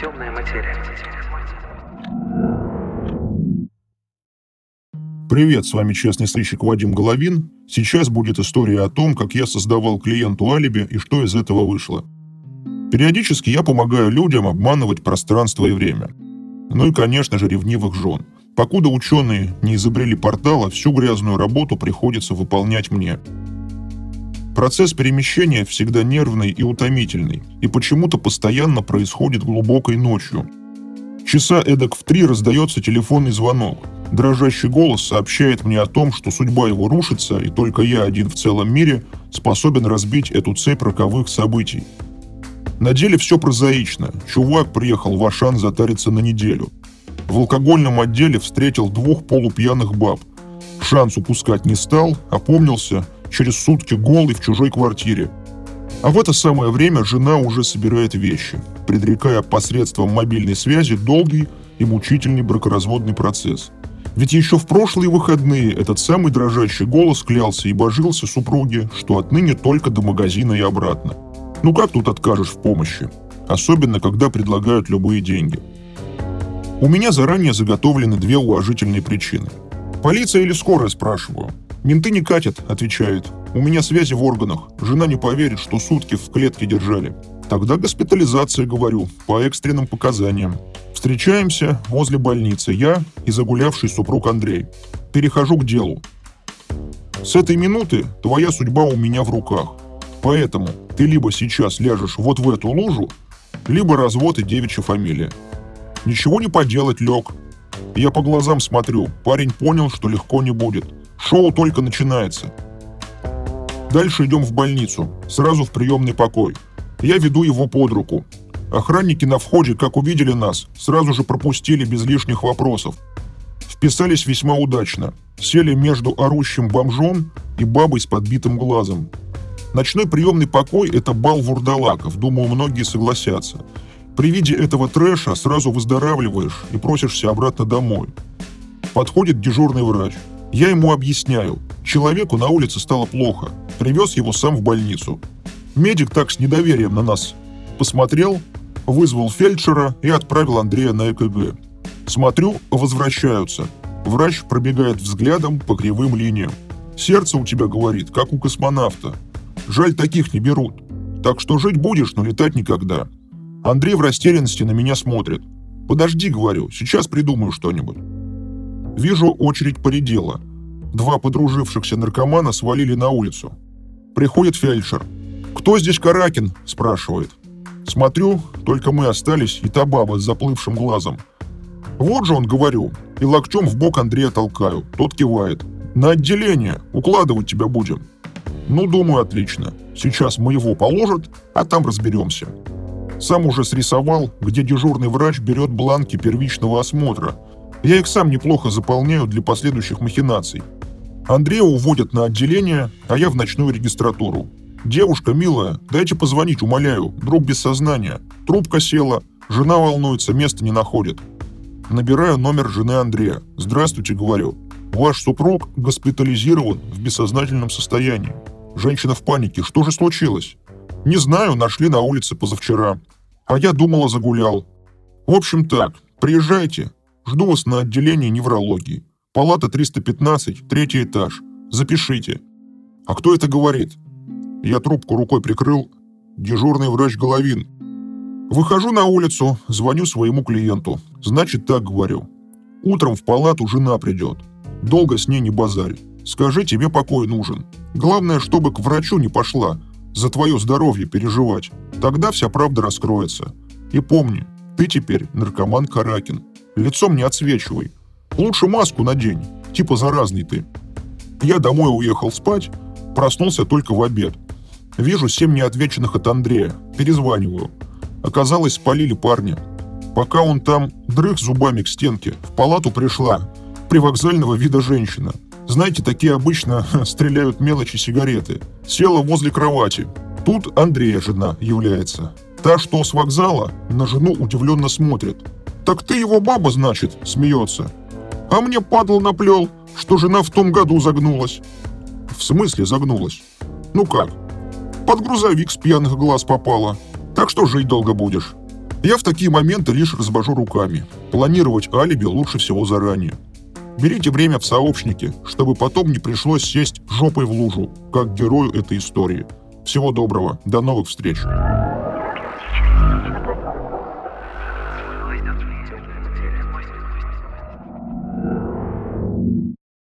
Темная материя. Привет, с вами частный сыщик Вадим Головин. Сейчас будет история о том, как я создавал клиенту алиби и что из этого вышло. Периодически я помогаю людям обманывать пространство и время. Ну и, конечно же, ревнивых жен. Покуда ученые не изобрели портала, всю грязную работу приходится выполнять мне. Процесс перемещения всегда нервный и утомительный, и почему-то постоянно происходит глубокой ночью. Часа эдак в 3 раздается телефонный звонок. Дрожащий голос сообщает мне о том, что судьба его рушится, и только я один в целом мире способен разбить эту цепь роковых событий. На деле все прозаично. Чувак приехал в Ашан затариться на неделю. В алкогольном отделе встретил 2 полупьяных баб. Шанс упускать не стал, опомнился, через сутки голый в чужой квартире. А в это самое время жена уже собирает вещи, предрекая посредством мобильной связи долгий и мучительный бракоразводный процесс. Ведь еще в прошлые выходные этот самый дрожащий голос клялся и божился супруге, что отныне только до магазина и обратно. Ну как тут откажешь в помощи? Особенно, когда предлагают любые деньги. У меня заранее заготовлены 2 уважительные причины. «Полиция или скорая?» – спрашиваю. «Менты не катят», – отвечает. «У меня связи в органах. Жена не поверит, что сутки в клетке держали». «Тогда госпитализация», – говорю, по экстренным показаниям. Встречаемся возле больницы, я и загулявший супруг Андрей. Перехожу к делу. «С этой минуты твоя судьба у меня в руках. Поэтому ты либо сейчас ляжешь вот в эту лужу, либо развод и девичья фамилия». Ничего не поделать, лег. Я по глазам смотрю, парень понял, что легко не будет. Шоу только начинается. Дальше идем в больницу, сразу в приемный покой. Я веду его под руку. Охранники на входе, как увидели нас, сразу же пропустили без лишних вопросов. Вписались весьма удачно. Сели между орущим бомжом и бабой с подбитым глазом. Ночной приемный покой – это бал вурдалаков, думаю, многие согласятся. При виде этого трэша сразу выздоравливаешь и просишься обратно домой. Подходит дежурный врач. Я ему объясняю. Человеку на улице стало плохо. Привез его сам в больницу. Медик так с недоверием на нас посмотрел, вызвал фельдшера и отправил Андрея на ЭКГ. Смотрю, возвращаются. Врач пробегает взглядом по кривым линиям. «Сердце у тебя, — говорит, — как у космонавта. Жаль, таких не берут. Так что жить будешь, но летать никогда». Андрей в растерянности на меня смотрит. «Подожди, — говорю, — сейчас придумаю что-нибудь». Вижу, очередь поредела. 2 подружившихся наркомана свалили на улицу. Приходит фельдшер. «Кто здесь Каракин?» – спрашивает. Смотрю, только мы остались и та баба с заплывшим глазом. «Вот же он, — говорю, — и локтем в бок Андрея толкаю». Тот кивает. «На отделение, укладывать тебя будем». Ну, думаю, отлично. Сейчас моего положат, а там разберемся. Сам уже срисовал, где дежурный врач берет бланки первичного осмотра. Я их сам неплохо заполняю для последующих махинаций. Андрея уводят на отделение, а я в ночную регистратуру. «Девушка, милая, дайте позвонить, умоляю. Друг без сознания. Трубка села. Жена волнуется, места не находит». Набираю номер жены Андрея. «Здравствуйте, — говорю. Ваш супруг госпитализирован в бессознательном состоянии». Женщина в панике. «Что же случилось?» «Не знаю, нашли на улице позавчера. А я думала, загулял. В общем так, приезжайте. Жду вас на отделении неврологии. Палата 315, 3-й этаж. Запишите». «А кто это говорит?» Я трубку рукой прикрыл. Дежурный врач Головин. Выхожу на улицу, звоню своему клиенту. «Значит так, — говорю. Утром в палату жена придет. Долго с ней не базарь. Скажи, тебе покой нужен. Главное, чтобы к врачу не пошла. За твое здоровье переживать. Тогда вся правда раскроется. И помни, ты теперь наркоман Каракин. Лицом не отсвечивай. Лучше маску надень, типа заразный ты». Я домой уехал спать, проснулся только в обед. Вижу 7 неотвеченных от Андрея. Перезваниваю. Оказалось, спалили парня. Пока он там дрых зубами к стенке, в палату пришла привокзального вида женщина. Знаете, такие обычно стреляют мелочи сигареты. Села возле кровати. Тут Андрея жена является. Та, что с вокзала, на жену удивленно смотрит. «Так ты его баба, значит?» – смеется. «А мне, падла, наплел, что жена в том году загнулась». «В смысле загнулась?» «Ну как? Под грузовик с пьяных глаз попала. Так что жить долго будешь». Я в такие моменты лишь развожу руками. Планировать алиби лучше всего заранее. Берите время в сообщники, чтобы потом не пришлось сесть жопой в лужу, как герою этой истории. Всего доброго, до новых встреч!